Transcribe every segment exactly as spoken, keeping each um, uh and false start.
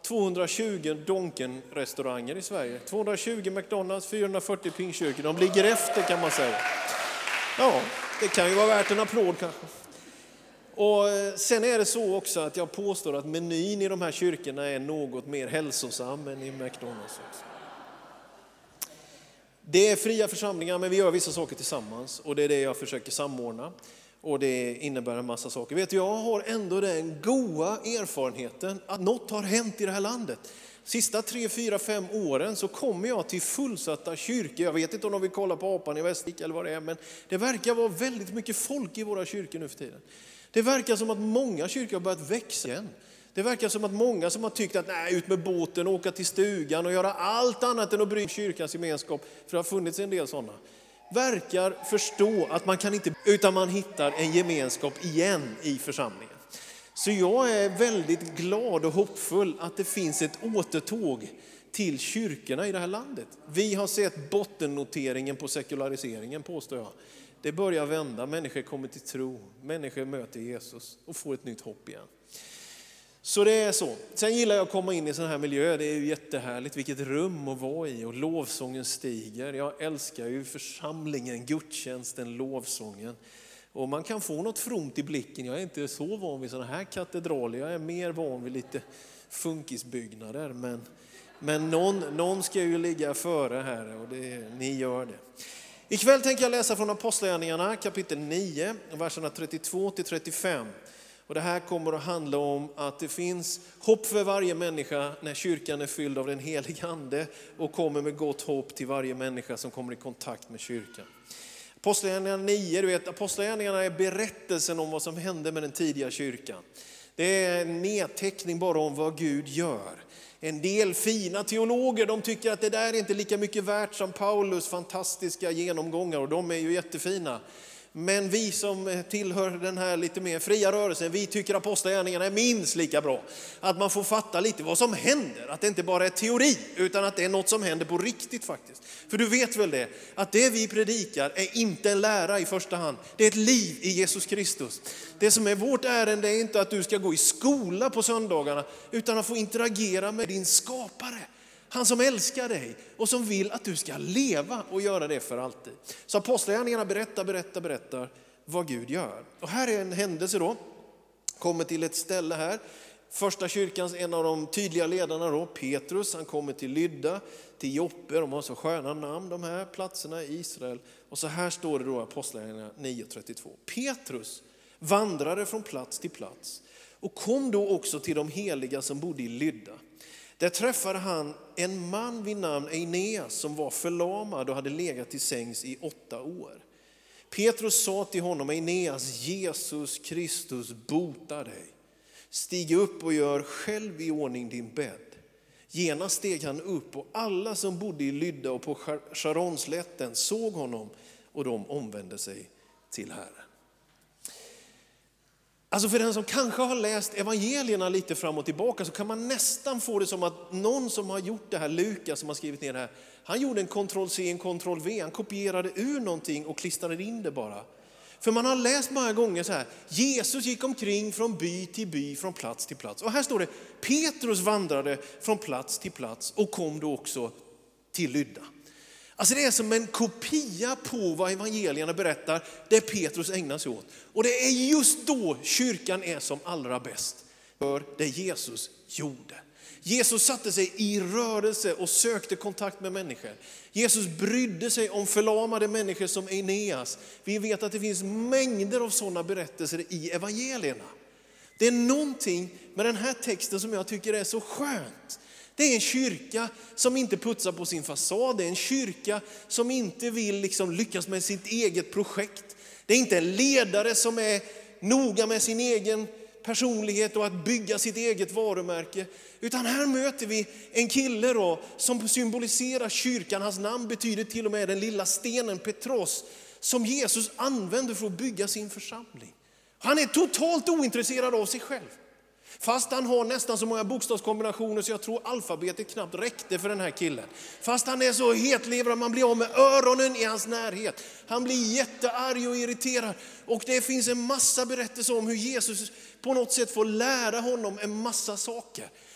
tvåhundratjugo Donken-restauranger i Sverige. tvåhundratjugo McDonalds, fyrahundrafyrtio Pingstkyrkor. De ligger efter kan man säga. Ja, det kan ju vara värt en applåd kanske. Och sen är det så också att jag påstår att menyn i de här kyrkorna är något mer hälsosam än i McDonalds också. Det är fria församlingar, men vi gör vissa saker tillsammans. Och det är det jag försöker samordna. Och det innebär en massa saker. Vet du, jag har ändå den goda erfarenheten att något har hänt i det här landet. Sista tre, fyra, fem åren så kommer jag till fullsatta kyrkor. Jag vet inte om de vill kolla på apan i Västervik eller vad det är. Men det verkar vara väldigt mycket folk i våra kyrkor nu för tiden. Det verkar som att många kyrkor har börjat växa igen. Det verkar som att många som har tyckt att nej, ut med båten, åka till stugan och göra allt annat än att bry kyrkans gemenskap. För det har funnits en del sådana. Verkar förstå att man kan inte, utan man hittar en gemenskap igen i församlingen. Så jag är väldigt glad och hoppfull att det finns ett återtåg till kyrkorna i det här landet. Vi har sett bottennoteringen på sekulariseringen, påstår jag. Det börjar vända, människor kommer till tro, människor möter Jesus och får ett nytt hopp igen. Så det är så. Sen gillar jag att komma in i sån här miljö. Det är ju jättehärligt. Vilket rum att vara i. Och lovsången stiger. Jag älskar ju församlingen, gudstjänsten, lovsången. Och man kan få något fromt i blicken. Jag är inte så van vid såna här katedraler. Jag är mer van vid lite funkisbyggnader. Men, men någon, någon ska ju ligga före här. Och det, ni gör det. Ikväll tänker jag läsa från Apostlagärningarna kapitel nio. Verserna trettiotvå till trettiofem. Och det här kommer att handla om att det finns hopp för varje människa när kyrkan är fylld av den helige ande och kommer med gott hopp till varje människa som kommer i kontakt med kyrkan. Apostlagärningarna nio, du vet, Apostlagärningarna är berättelsen om vad som hände med den tidiga kyrkan. Det är en nedteckning bara om vad Gud gör. En del fina teologer, de tycker att det där är inte lika mycket värt som Paulus fantastiska genomgångar, och de är ju jättefina. Men vi som tillhör den här lite mer fria rörelsen, vi tycker apostlagärningarna är minst lika bra. Att man får fatta lite vad som händer. Att det inte bara är teori, utan att det är något som händer på riktigt faktiskt. För du vet väl det, att det vi predikar är inte en lära i första hand. Det är ett liv i Jesus Kristus. Det som är vårt ärende är inte att du ska gå i skola på söndagarna, utan att få interagera med din skapare. Han som älskar dig och som vill att du ska leva och göra det för alltid. Så apostlagärningarna berättar, berättar, berättar vad Gud gör. Och här är en händelse då. Kommer till ett ställe här. Första kyrkans en av de tydliga ledarna då, Petrus, han kommer till Lydda, till Joppe. De har så sköna namn, de här platserna i Israel. Och så här står det då i Apostlagärningarna nio trettiotvå. Petrus vandrade från plats till plats och kom då också till de heliga som bodde i Lydda. Där träffade han en man vid namn Eneas som var förlamad och hade legat till sängs i åtta år. Petrus sa till honom, Eneas, Jesus Kristus botar dig. Stig upp och gör själv i ordning din bädd. Genast steg han upp och alla som bodde i Lydda och på Sharonslätten såg honom och de omvände sig till Herren. Alltså för den som kanske har läst evangelierna lite fram och tillbaka så kan man nästan få det som att någon som har gjort det här, Lukas som har skrivit ner det här, han gjorde en kontroll C, en kontroll V, han kopierade ur någonting och klistrade in det bara. För man har läst många gånger så här, Jesus gick omkring från by till by, från plats till plats. Och här står det, Petrus vandrade från plats till plats och kom då också till Lydda. Alltså det är som en kopia på vad evangelierna berättar, det Petrus ägnar sig åt. Och det är just då kyrkan är som allra bäst för det Jesus gjorde. Jesus satte sig i rörelse och sökte kontakt med människor. Jesus brydde sig om förlamade människor som Eneas. Vi vet att det finns mängder av sådana berättelser i evangelierna. Det är någonting med den här texten som jag tycker är så skönt. Det är en kyrka som inte putsar på sin fasad. Det är en kyrka som inte vill liksom lyckas med sitt eget projekt. Det är inte en ledare som är noga med sin egen personlighet och att bygga sitt eget varumärke. Utan här möter vi en kille då, som symboliserar kyrkan. Hans namn betyder till och med den lilla stenen Petros som Jesus använder för att bygga sin församling. Han är totalt ointresserad av sig själv. Fast han har nästan så många bokstavskombinationer så jag tror alfabetet knappt räckte för den här killen. Fast han är så hetlevrad, man blir av med öronen i hans närhet. Han blir jättearg och irriterad. Och det finns en massa berättelser om hur Jesus på något sätt får lära honom en massa saker.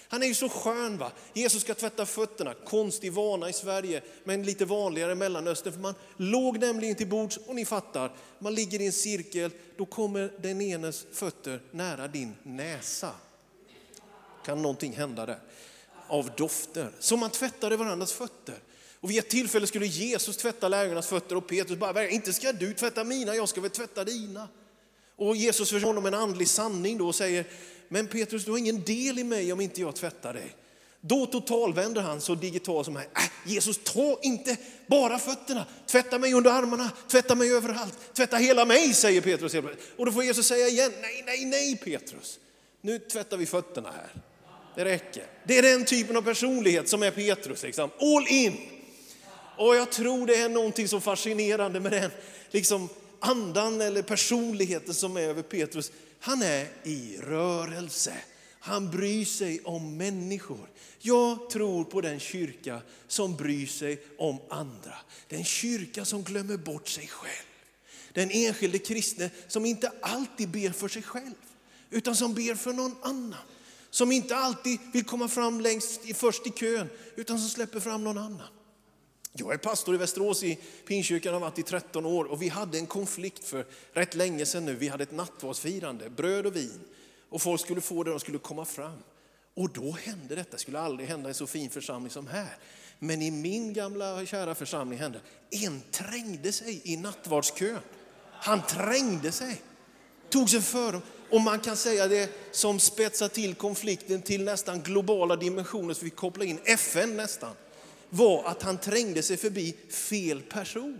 Han är ju så skön va. Jesus ska tvätta fötterna, konstig vana i Sverige, men lite vanligare i Mellanöstern. För man låg nämligen till bords, och ni fattar, man ligger i en cirkel, då kommer den enes fötter nära din näsa. Kan någonting hända där? Av dofter. Så man tvättade varandras fötter. Och vid ett tillfälle skulle Jesus tvätta lärjungarnas fötter, och Petrus bara, inte ska du tvätta mina, jag ska väl tvätta dina. Och Jesus försöker honom en andlig sanning då och säger, men Petrus, du har ingen del i mig om inte jag tvättar dig. Då totalvänder han så digital som här, äh, Jesus, ta inte bara fötterna, tvätta mig under armarna, tvätta mig överallt, tvätta hela mig, säger Petrus. Och då får Jesus säga igen, nej, nej, nej Petrus, nu tvättar vi fötterna här. Det räcker. Det är den typen av personlighet som är Petrus, liksom. All in. Och jag tror det är någonting så fascinerande med den liksom andan eller personligheten som är över Petrus. Han är i rörelse. Han bryr sig om människor. Jag tror på den kyrka som bryr sig om andra. Den kyrka som glömmer bort sig själv. Den enskilde kristne som inte alltid ber för sig själv, utan som ber för någon annan. Som inte alltid vill komma fram längst i först i kön, utan som släpper fram någon annan. Jag är pastor i Västerås i Pingstkyrkan, har varit i tretton år, och vi hade en konflikt för rätt länge sedan nu. Vi hade ett nattvardsfirande, bröd och vin, och folk skulle få det, de skulle komma fram. Och då hände detta, det skulle aldrig hända i så fin församling som här. Men i min gamla kära församling hände, en trängde sig i nattvardskön. Han trängde sig, tog sig för dem. Och man kan säga det som spetsar till konflikten till nästan globala dimensioner, så vi kopplar in F N nästan, var att han trängde sig förbi fel person.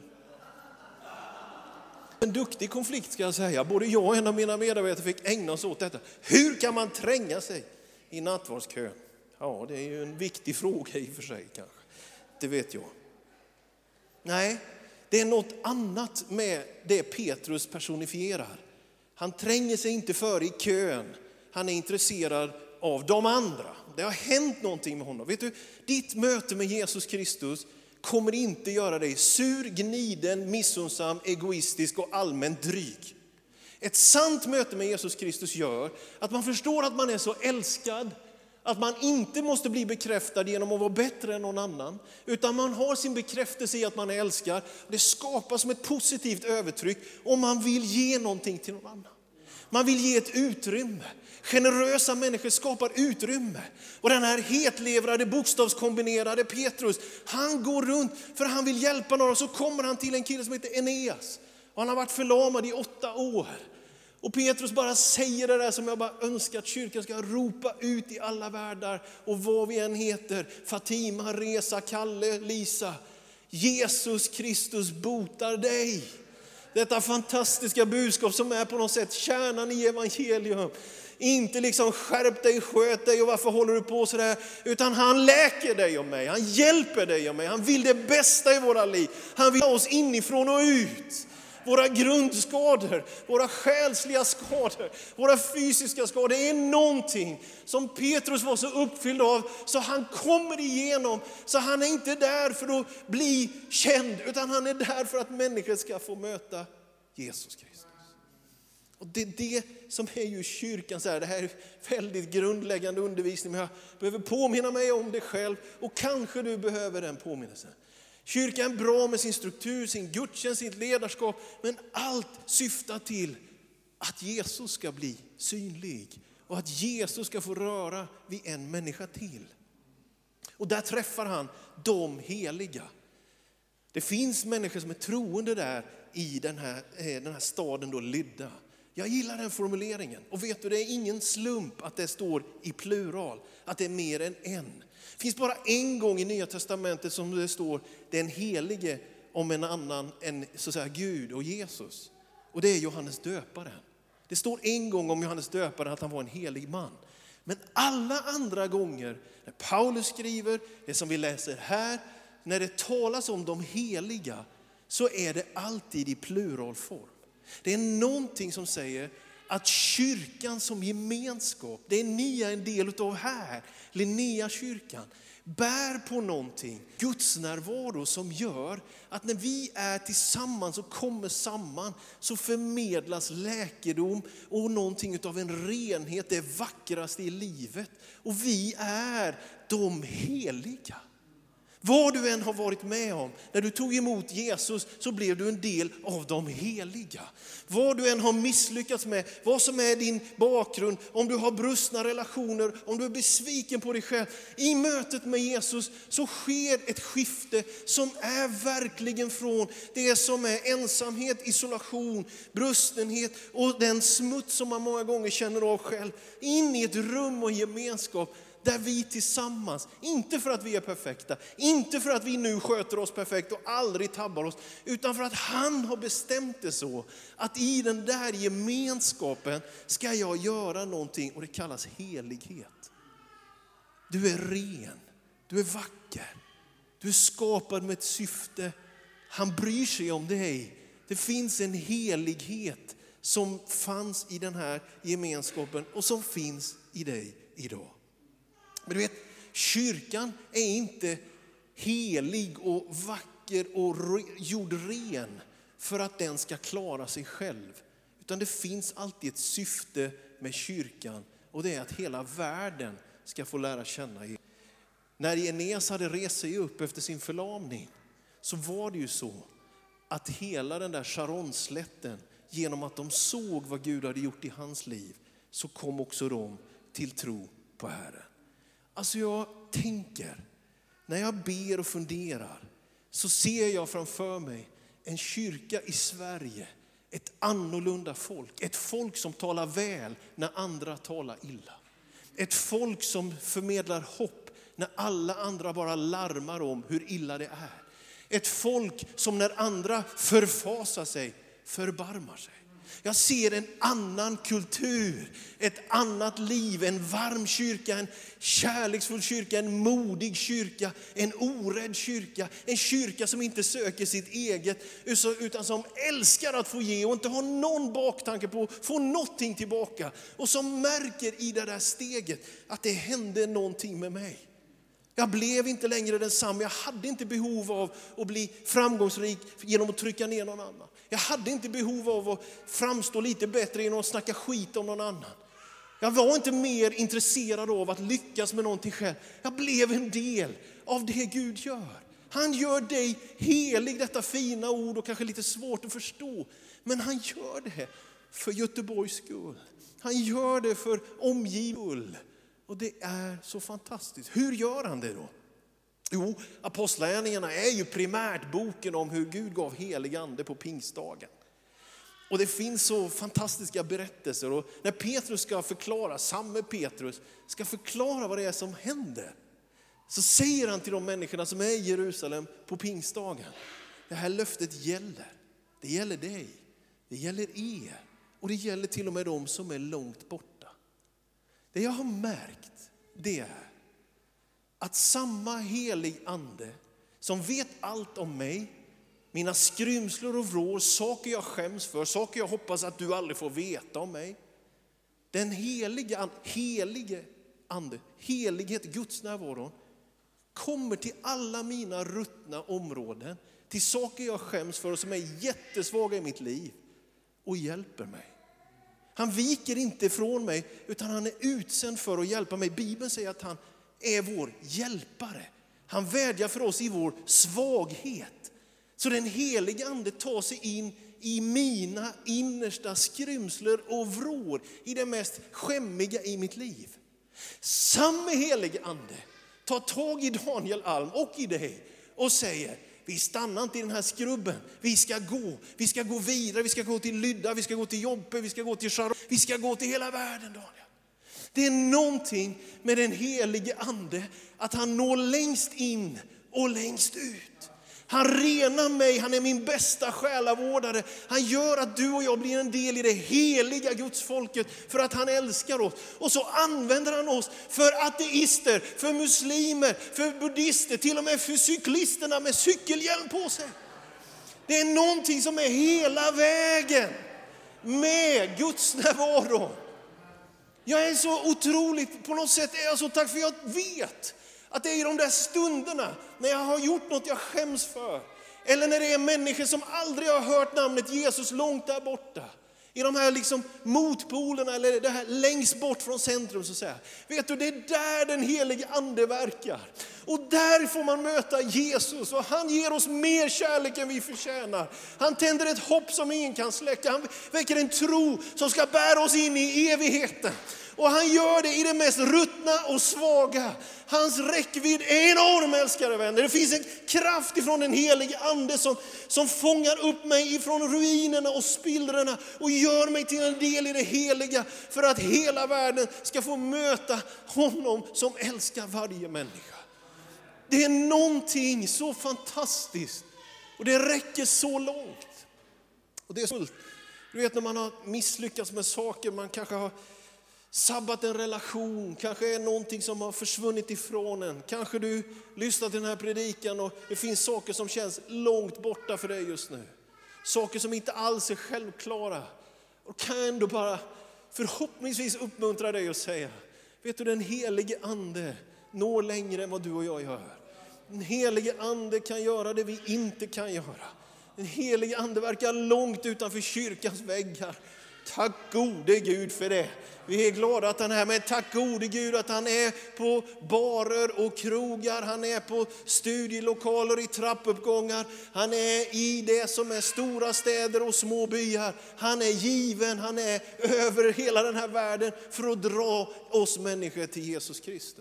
En duktig konflikt ska jag säga. Både jag och en av mina medarbetare fick ägna oss åt detta. Hur kan man tränga sig i nattvardskön? Ja, det är ju en viktig fråga i och för sig kanske. Det vet jag. Nej, det är något annat med det Petrus personifierar. Han tränger sig inte före i kön. Han är intresserad av de andra. Det har hänt någonting med honom. Vet du, ditt möte med Jesus Kristus kommer inte göra dig sur, gniden, missunnsam, egoistisk och allmänt dryg. Ett sant möte med Jesus Kristus gör att man förstår att man är så älskad, att man inte måste bli bekräftad genom att vara bättre än någon annan, utan man har sin bekräftelse i att man är älskad. Det skapas som ett positivt övertryck om man vill ge någonting till någon annan. Man vill ge ett utrymme. Generösa människor skapar utrymme. Och den här hetlevrade, bokstavskombinerade Petrus, han går runt för han vill hjälpa några. Så kommer han till en kille som heter Eneas. Och han har varit förlamad i åtta år. Och Petrus bara säger det där som jag bara önskar att kyrkan ska ropa ut i alla världar. Och vad vi än heter, Fatima, Resa, Kalle, Lisa. Jesus Kristus botar dig. Detta fantastiska budskap som är på något sätt kärnan i evangelium. Inte liksom skärp dig, sköt dig och varför håller du på så där. Utan han läker dig och mig, han hjälper dig och mig. Han vill det bästa i våra liv. Han vill ha oss inifrån och ut. Våra grundskador, våra själsliga skador, våra fysiska skador. Det är någonting som Petrus var så uppfylld av så han kommer igenom. Så han är inte där för att bli känd, utan han är där för att människor ska få möta Jesus Kristus. Och det är det som är ju kyrkan. Så här, det här är väldigt grundläggande undervisning, men jag behöver påminna mig om det själv. Och kanske du behöver den påminnelsen. Kyrkan är bra med sin struktur, sin gudstjänst, sitt ledarskap. Men allt syftar till att Jesus ska bli synlig. Och att Jesus ska få röra vid en människa till. Och där träffar han de heliga. Det finns människor som är troende där i den här, den här staden då, Lydda. Jag gillar den formuleringen. Och vet du, det är ingen slump att det står i plural. Att det är mer än en. Det finns bara en gång i Nya testamentet som det står den helige om en annan än så att säga Gud och Jesus. Och det är Johannes döparen. Det står en gång om Johannes döparen att han var en helig man. Men alla andra gånger när Paulus skriver, det som vi läser här, när det talas om de heliga så är det alltid i pluralform. Det är någonting som säger att kyrkan som gemenskap, det är ni är en del av här, Linnea-kyrkan, bär på någonting, Guds närvaro som gör att när vi är tillsammans och kommer samman så förmedlas läkedom och någonting av en renhet, det vackraste i livet. Och vi är de heliga. Vad du än har varit med om, när du tog emot Jesus så blev du en del av de heliga. Vad du än har misslyckats med, vad som är din bakgrund, om du har brustna relationer, om du är besviken på dig själv. I mötet med Jesus så sker ett skifte som är verkligen från det som är ensamhet, isolation, brustenhet och den smuts som man många gånger känner av själv. In i ett rum och gemenskap. Där vi tillsammans, inte för att vi är perfekta, inte för att vi nu sköter oss perfekt och aldrig tabbar oss, utan för att han har bestämt det så att i den där gemenskapen ska jag göra någonting och det kallas helighet. Du är ren, du är vacker, du är skapad med ett syfte, han bryr sig om dig. Det finns en helighet som fanns i den här gemenskapen och som finns i dig idag. Men du vet, kyrkan är inte helig och vacker och gjord ren för att den ska klara sig själv. Utan det finns alltid ett syfte med kyrkan och det är att hela världen ska få lära känna er. När Eneas hade rest sig upp efter sin förlamning så var det ju så att hela den där Sharonslätten, genom att de såg vad Gud hade gjort i hans liv, så kom också de till tro på Herren. Alltså jag tänker, när jag ber och funderar så ser jag framför mig en kyrka i Sverige, ett annorlunda folk. Ett folk som talar väl när andra talar illa. Ett folk som förmedlar hopp när alla andra bara larmar om hur illa det är. Ett folk som när andra förfasar sig, förbarmar sig. Jag ser en annan kultur, ett annat liv, en varm kyrka, en kärleksfull kyrka, en modig kyrka, en orädd kyrka. En kyrka som inte söker sitt eget utan som älskar att få ge och inte har någon baktanke på att få någonting tillbaka. Och som märker i det där steget att det hände någonting med mig. Jag blev inte längre densamma. Jag hade inte behov av att bli framgångsrik genom att trycka ner någon annan. Jag hade inte behov av att framstå lite bättre genom att snacka skit om någon annan. Jag var inte mer intresserad av att lyckas med någonting själv. Jag blev en del av det Gud gör. Han gör dig helig, detta fina ord och kanske lite svårt att förstå. Men han gör det för Göteborgs skull. Han gör det för omgivning. Och det är så fantastiskt. Hur gör han det då? Jo, Apostlagärningarna är ju primärt boken om hur Gud gav helig ande på pingstdagen. Och det finns så fantastiska berättelser. Och när Petrus ska förklara, samme Petrus ska förklara vad det är som händer, så säger han till de människorna som är i Jerusalem på pingstdagen: det här löftet gäller. Det gäller dig. Det gäller er. Och det gäller till och med de som är långt borta. Det jag har märkt, det är att samma helig ande som vet allt om mig, mina skrymslor och vrår, saker jag skäms för, saker jag hoppas att du aldrig får veta om mig. Den heliga ande, helige ande, helighet, Guds närvaro, kommer till alla mina ruttna områden, till saker jag skäms för och som är jättesvaga i mitt liv och hjälper mig. Han viker inte ifrån mig utan han är utsänd för att hjälpa mig. Bibeln säger att han är vår hjälpare. Han vädjar för oss i vår svaghet. Så den heliga ande tar sig in i mina innersta skrymslor och vrår, i det mest skämmiga i mitt liv. Samma heliga ande tar tag i Daniel Alm och i dig och säger: vi stannar inte i den här skrubben. Vi ska gå. Vi ska gå vidare. Vi ska gå till Lydda. Vi ska gå till Joppe. Vi ska gå till Sharon. Vi ska gå till hela världen, Daniel. Det är någonting med den helige ande, att han når längst in och längst ut. Han renar mig. Han är min bästa själavårdare. Han gör att du och jag blir en del i det heliga Guds folket för att han älskar oss. Och så använder han oss för ateister, för muslimer, för buddhister, till och med för cyklisterna med cykelhjälm på sig. Det är någonting som är hela vägen. med Guds närvaro. Jag är så otroligt, på något sätt är jag så tack för jag vet att det är i de där stunderna när jag har gjort något jag skäms för. Eller när det är människor som aldrig har hört namnet Jesus långt där borta. I de här liksom motpolerna eller det här längst bort från centrum så att säga. Vet du, det är där den helige ande verkar. Och där får man möta Jesus och han ger oss mer kärlek än vi förtjänar. Han tänder ett hopp som ingen kan släcka. Han väcker en tro som ska bära oss in i evigheten. Och han gör det i det mest ruttna och svaga. Hans räckvidd är enorm, älskade vänner. Det finns en kraft ifrån den helige ande som, som fångar upp mig ifrån ruinerna och spillrorna och gör mig till en del i det heliga för att hela världen ska få möta honom som älskar varje människa. Det är någonting så fantastiskt och det räcker så långt. Och det är så, du vet när man har misslyckats med saker, man kanske har sabbat en relation, kanske är någonting som har försvunnit ifrån en. Kanske du lyssnar till den här predikan och det finns saker som känns långt borta för dig just nu. Saker som inte alls är självklara. Och kan ändå bara förhoppningsvis uppmuntra dig och säga, vet du, den helige ande når längre än vad du och jag gör. Den helige ande kan göra det vi inte kan göra. Den helige ande verkar långt utanför kyrkans väggar. Tack gode Gud för det. Vi är glada att han är här, men tack gode Gud att han är på barer och krogar. Han är på studielokaler i trappuppgångar. Han är i det som är stora städer och små byar. Han är given, han är över hela den här världen för att dra oss människor till Jesus Kristus.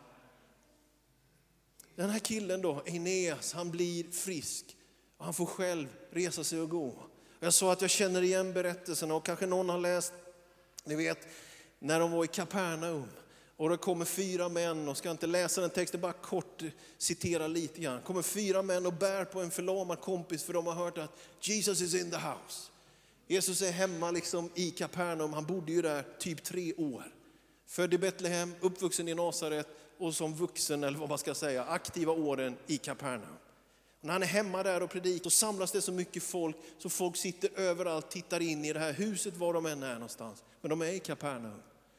Den här killen då, Eneas, han blir frisk. Och han får själv resa sig och gå. Jag sa att jag känner igen berättelsen och kanske någon har läst, ni vet, när de var i Kapernaum. Och det kommer fyra män, och ska inte läsa den texten, bara kort citera lite grann. Det kommer fyra män och bär på en förlamad kompis för de har hört att Jesus is in the house. Jesus är hemma liksom i Kapernaum, han bodde ju där typ tre år. Född i Betlehem, uppvuxen i Nasaret och som vuxen, eller vad man ska säga, aktiva åren i Kapernaum. Och när han är hemma där och predikar, så samlas det så mycket folk så folk sitter överallt, tittar in i det här huset var de än är någonstans. Men de är i Kapernaum.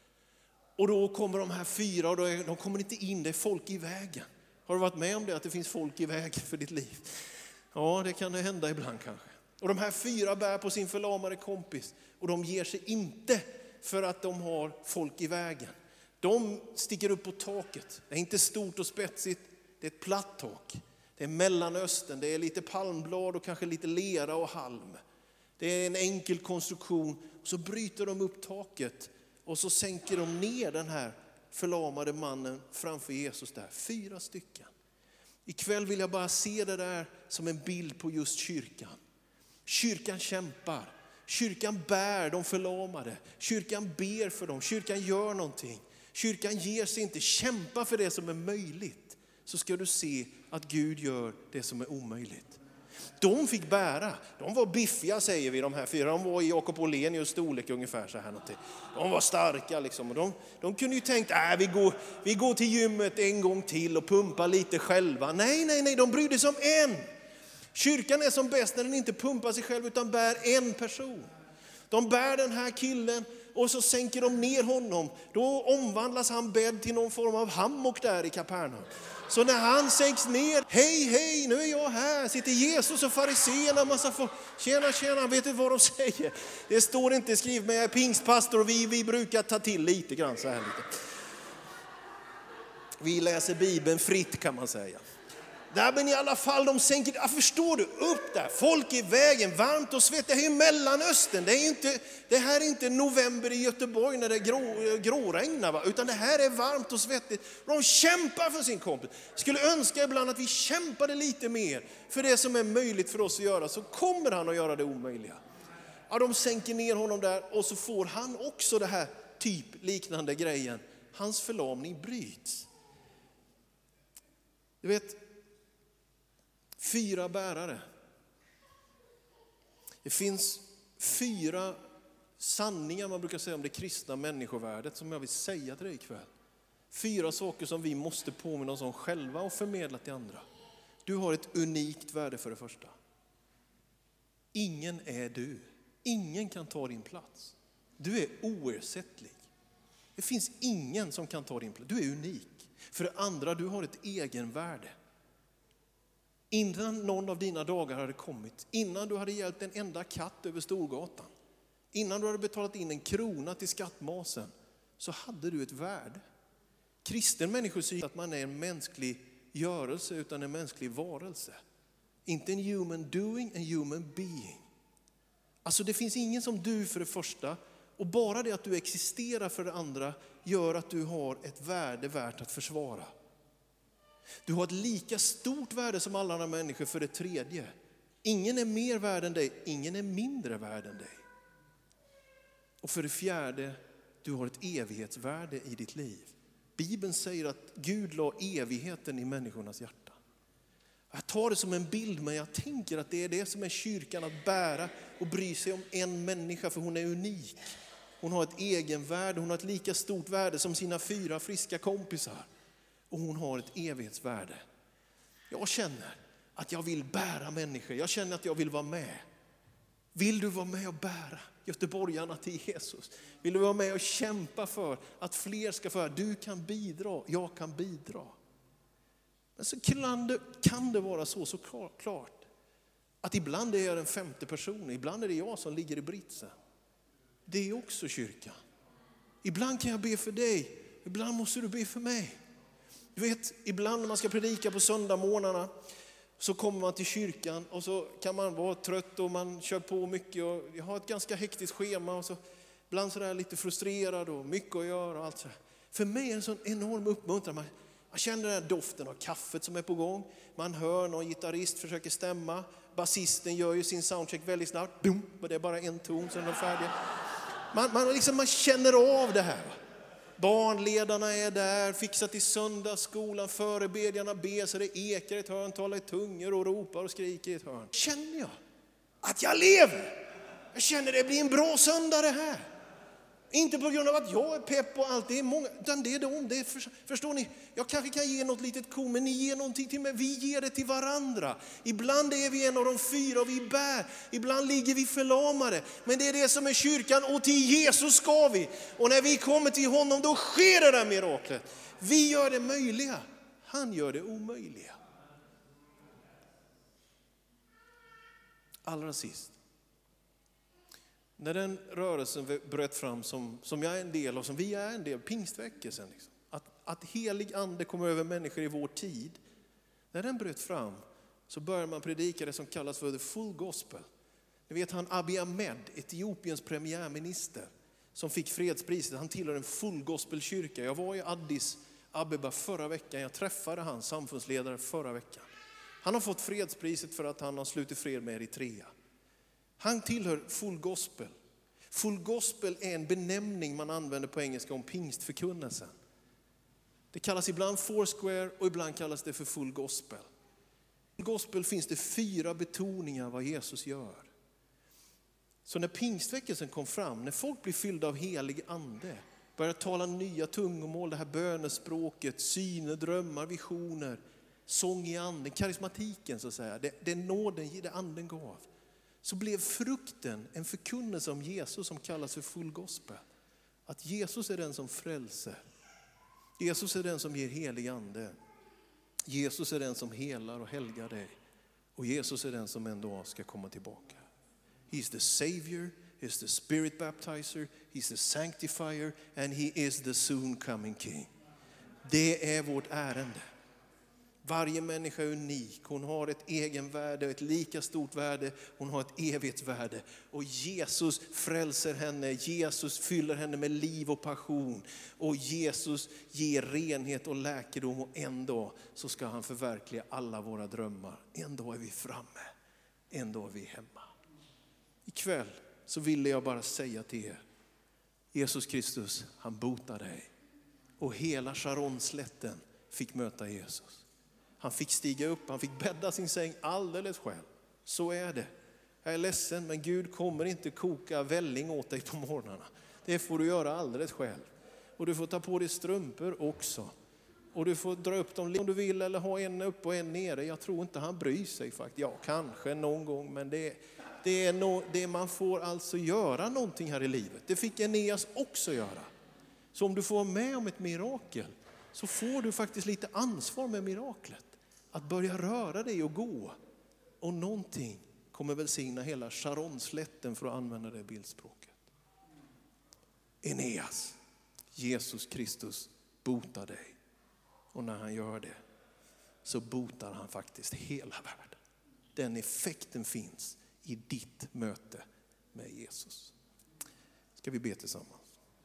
Och då kommer de här fyra och de kommer inte in, det är folk i vägen. Har du varit med om det, att det finns folk i vägen för ditt liv? Ja, det kan det hända ibland kanske. Och de här fyra bär på sin förlamade kompis och de ger sig inte för att de har folk i vägen. De sticker upp på taket. Det är inte stort och spetsigt, det är ett platt tak. Det är Mellanöstern, det är lite palmblad och kanske lite lera och halm. Det är en enkel konstruktion. Så bryter de upp taket och så sänker de ner den här förlamade mannen framför Jesus där. Fyra stycken. Ikväll vill jag bara se det där som en bild på just kyrkan. Kyrkan kämpar. Kyrkan bär de förlamade. Kyrkan ber för dem. Kyrkan gör någonting. Kyrkan ger sig inte. Kämpa för det som är möjligt. Så ska du se att Gud gör det som är omöjligt. De fick bära. De var biffiga, säger vi, de här fyra. De var i Jakob Åhlenius storlek ungefär så här någonting. De var starka liksom. Och de, de kunde ju tänkt, äh, vi, går, vi går till gymmet en gång till och pumpar lite själva. Nej, nej, nej, de brydde sig om en. Kyrkan är som bäst när den inte pumpar sig själv utan bär en person. De bär den här killen och så sänker de ner honom. Då omvandlas han bädd till någon form av hammock där i Kapernaum. Så när han sänks ner, hej, hej, nu är jag här. Sitter Jesus och fariséerna, massa folk. Tjena, tjena, vet du vad de säger? Det står inte skrivet, men jag är pingstpastor och vi, vi brukar ta till lite grann så här lite. Vi läser Bibeln fritt kan man säga. Där, men i alla fall, de sänker, jag förstår du, upp där, folk i vägen, varmt och svett, det här är Mellanöstern, det, är inte, det här är inte november i Göteborg när det grå, gråregnar, va? Utan det här är varmt och svettigt, de kämpar för sin kompis. Skulle önska ibland att vi kämpade lite mer för det som är möjligt för oss att göra, så kommer han att göra det omöjliga. Ja, de sänker ner honom där och så får han också det här typ liknande grejen, hans förlamning bryts. Du vet, fyra bärare. Det finns fyra sanningar man brukar säga om det kristna människovärdet som jag vill säga till dig ikväll. Fyra saker som vi måste påminna oss om själva och förmedla till andra. Du har ett unikt värde för det första. Ingen är du. Ingen kan ta din plats. Du är oersättlig. Det finns ingen som kan ta din plats. Du är unik. För det andra, du har ett egenvärde. Innan någon av dina dagar hade kommit, innan du hade hjälpt en enda katt över Storgatan, innan du hade betalat in en krona till skattmasen, så hade du ett värde. Kristen människosyn att man är en mänsklig görelse utan en mänsklig varelse. Inte en human doing, en human being. Alltså det finns ingen som du för det första, och bara det att du existerar för det andra gör att du har ett värde värt att försvara. Du har ett lika stort värde som alla andra människor för det tredje. Ingen är mer värd än dig, ingen är mindre värd än dig. Och för det fjärde, du har ett evighetsvärde i ditt liv. Bibeln säger att Gud la evigheten i människornas hjärta. Jag tar det som en bild, men jag tänker att det är det som är kyrkan, att bära och bry sig om en människa, för hon är unik. Hon har ett egenvärde, hon har ett lika stort värde som sina fyra friska kompisar. Och hon har ett evighetsvärde. Jag känner att jag vill bära människor, jag känner att jag vill vara med. Vill du vara med och bära göteborgarna till Jesus? Vill du vara med och kämpa för att fler ska få höra, du kan bidra, jag kan bidra. Men så kan det, kan det vara så, så klart att ibland är jag den femte personen, ibland är det jag som ligger i britsen. Det är också kyrkan. Ibland kan jag be för dig, ibland måste du be för mig. Du vet, ibland när man ska predika på söndagmorgnarna så kommer man till kyrkan och så kan man vara trött och man kör på mycket och jag har ett ganska hektiskt schema och så ibland så där lite frustrerad och mycket att göra och allt så här. För mig är det en sån enorm uppmuntran. Man, man känner den här doften av kaffet som är på gång. Man hör någon gitarrist försöker stämma. Basisten gör ju sin soundcheck väldigt snabbt. Boom, och det är bara en ton så är de färdiga. Man, man, liksom, man känner av det här. Barnledarna är där, fixat i söndagsskolan, förebedjarna ber så det ekar i ett hörn, talar i tungor och ropar och skriker i ett hörn. Känner jag att jag lever? Jag känner det blir en bra söndag det här. Inte på grund av att jag är pepp och allt, det är många, utan det är de. Det är, för, förstår ni, jag kanske kan ge något litet ko, men ni ger någonting till mig. Vi ger det till varandra. Ibland är vi en av de fyra och vi bär. Ibland ligger vi förlamade. Men det är det som är kyrkan, och till Jesus ska vi. Och när vi kommer till honom, då sker det där miraklet. Vi gör det möjliga. Han gör det omöjliga. Allra sist. När den rörelsen bröt fram som, som jag är en del av, som vi är en del, pingstväckelsen, liksom, att, att helig ande kommer över människor i vår tid. När den bröt fram så började man predika det som kallas för the full gospel. Ni vet han Abiy Ahmed, Etiopiens premiärminister, som fick fredspriset. Han tillhör en full gospelkyrka. Jag var i Addis Abeba förra veckan. Jag träffade hans samfundsledare förra veckan. Han har fått fredspriset för att han har slutit fred med Eritrea. Han tillhör full gospel. Full gospel är en benämning man använder på engelska om pingstförkunnelsen. Det kallas ibland foursquare och ibland kallas det för full gospel. I gospel finns det fyra betoningar vad Jesus gör. Så när pingstväckelsen kom fram, när folk blir fyllda av helig ande, började tala nya tungomål, det här bönespråket, syner, drömmar, visioner, sång i anden, karismatiken så att säga, det, det nåden, det anden gav. Så blev frukten en förkunnelse om Jesus som kallas för full gospel. Att Jesus är den som frälser. Jesus är den som ger helig ande. Jesus är den som helar och helgar dig. Och Jesus är den som en dag ska komma tillbaka. He's the savior, he's the spirit baptizer, he's the sanctifier and he is the soon coming king. Det är vårt ärende. Varje människa är unik. Hon har ett egenvärde, ett lika stort värde. Hon har ett evigt värde. Och Jesus frälser henne. Jesus fyller henne med liv och passion. Och Jesus ger renhet och läkedom. Och en dag så ska han förverkliga alla våra drömmar. En dag är vi framme. En dag är vi hemma. Ikväll så ville jag bara säga till er. Jesus Kristus, han botar dig. Och hela Sharonslätten fick möta Jesus. Han fick stiga upp, han fick bädda sin säng alldeles själv. Så är det. Jag är ledsen, men Gud kommer inte koka välling åt dig på morgnarna. Det får du göra alldeles själv. Och du får ta på dig strumpor också. Och du får dra upp dem om du vill eller ha en upp och en nere. Jag tror inte han bryr sig faktiskt. Ja, kanske någon gång, men det, Det är no, det man får alltså göra någonting här i livet. Det fick Eneas också göra. Så om du får vara med om ett mirakel så får du faktiskt lite ansvar med miraklet. Att börja röra dig och gå. Och någonting kommer välsigna hela Sharonslätten, för att använda det bildspråket. Eneas, Jesus Kristus botar dig. Och när han gör det så botar han faktiskt hela världen. Den effekten finns i ditt möte med Jesus. Ska vi be tillsammans?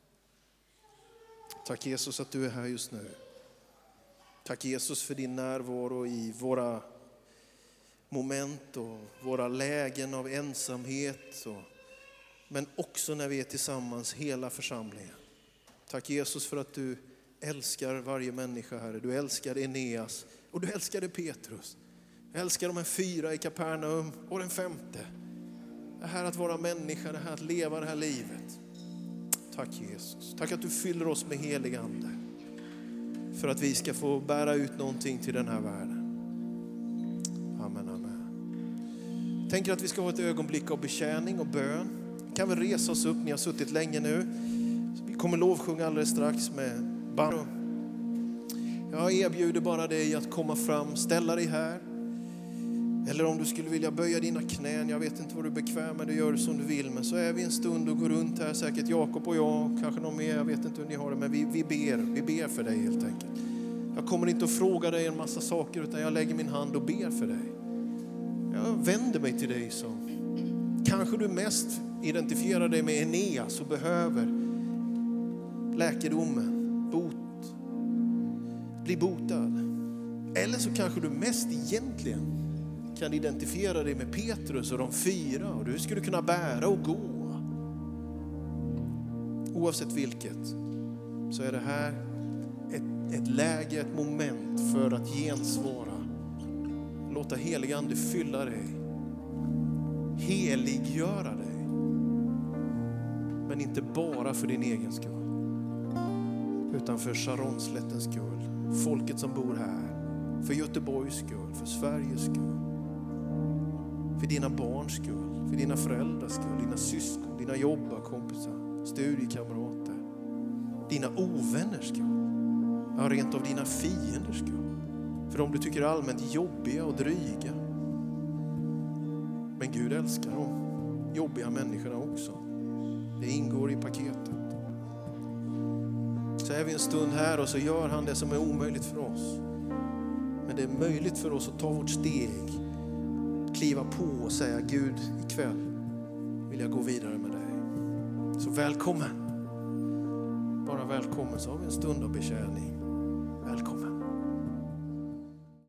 Tack Jesus att du är här just nu. Tack Jesus för din närvaro i våra moment och våra lägen av ensamhet. Och, men också när vi är tillsammans, hela församlingen. Tack Jesus för att du älskar varje människa här. Du älskar Eneas och du älskade Petrus. Jag älskar de här fyra i Kapernaum och den femte. Det här att vara människa, det här att leva det här livet. Tack Jesus. Tack att du fyller oss med helig ande. För att vi ska få bära ut någonting till den här världen. Amen, amen. Tänker att vi ska ha ett ögonblick av betjäning och bön. Kan vi resa oss upp, ni har suttit länge nu. Vi kommer lovsjunga alldeles strax med band. Jag erbjuder bara dig att komma fram, ställa dig här. Eller om du skulle vilja böja dina knän, jag vet inte vad du är bekväm med, du gör det som du vill. Men så är vi en stund och går runt här, säkert Jakob och jag, kanske någon mer, jag vet inte hur ni har det. Men vi, vi ber, vi ber för dig helt enkelt. Jag kommer inte att fråga dig en massa saker, utan jag lägger min hand och ber för dig. Jag vänder mig till dig som kanske du mest identifierar dig med Eneas och behöver läkedomen, bot, bli botad. Eller så kanske du mest egentligen kan identifiera dig med Petrus och de fyra och du skulle kunna bära och gå. Oavsett vilket så är det här ett, ett läge, ett moment för att gensvara. Låta helig ande fylla dig. Heliggöra dig. Men inte bara för din egen skull. Utan för Sharonslättens skull. Folket som bor här. För Göteborgs skull. För Sveriges skull. För dina barns skull. För dina föräldrars skull. Dina syskon. Dina jobbarkompisar. Studiekamrater. Dina ovänners skull. Ja, rent av dina fienders skull. För de du tycker är allmänt jobbiga och dryga. Men Gud älskar de jobbiga människorna också. Det ingår i paketet. Så är vi en stund här och så gör han det som är omöjligt för oss. Men det är möjligt för oss att ta vårt steg. Kliva på och säga Gud, ikväll vill jag gå vidare med dig. Så välkommen. Bara välkommen, så har vi en stund av betjäning.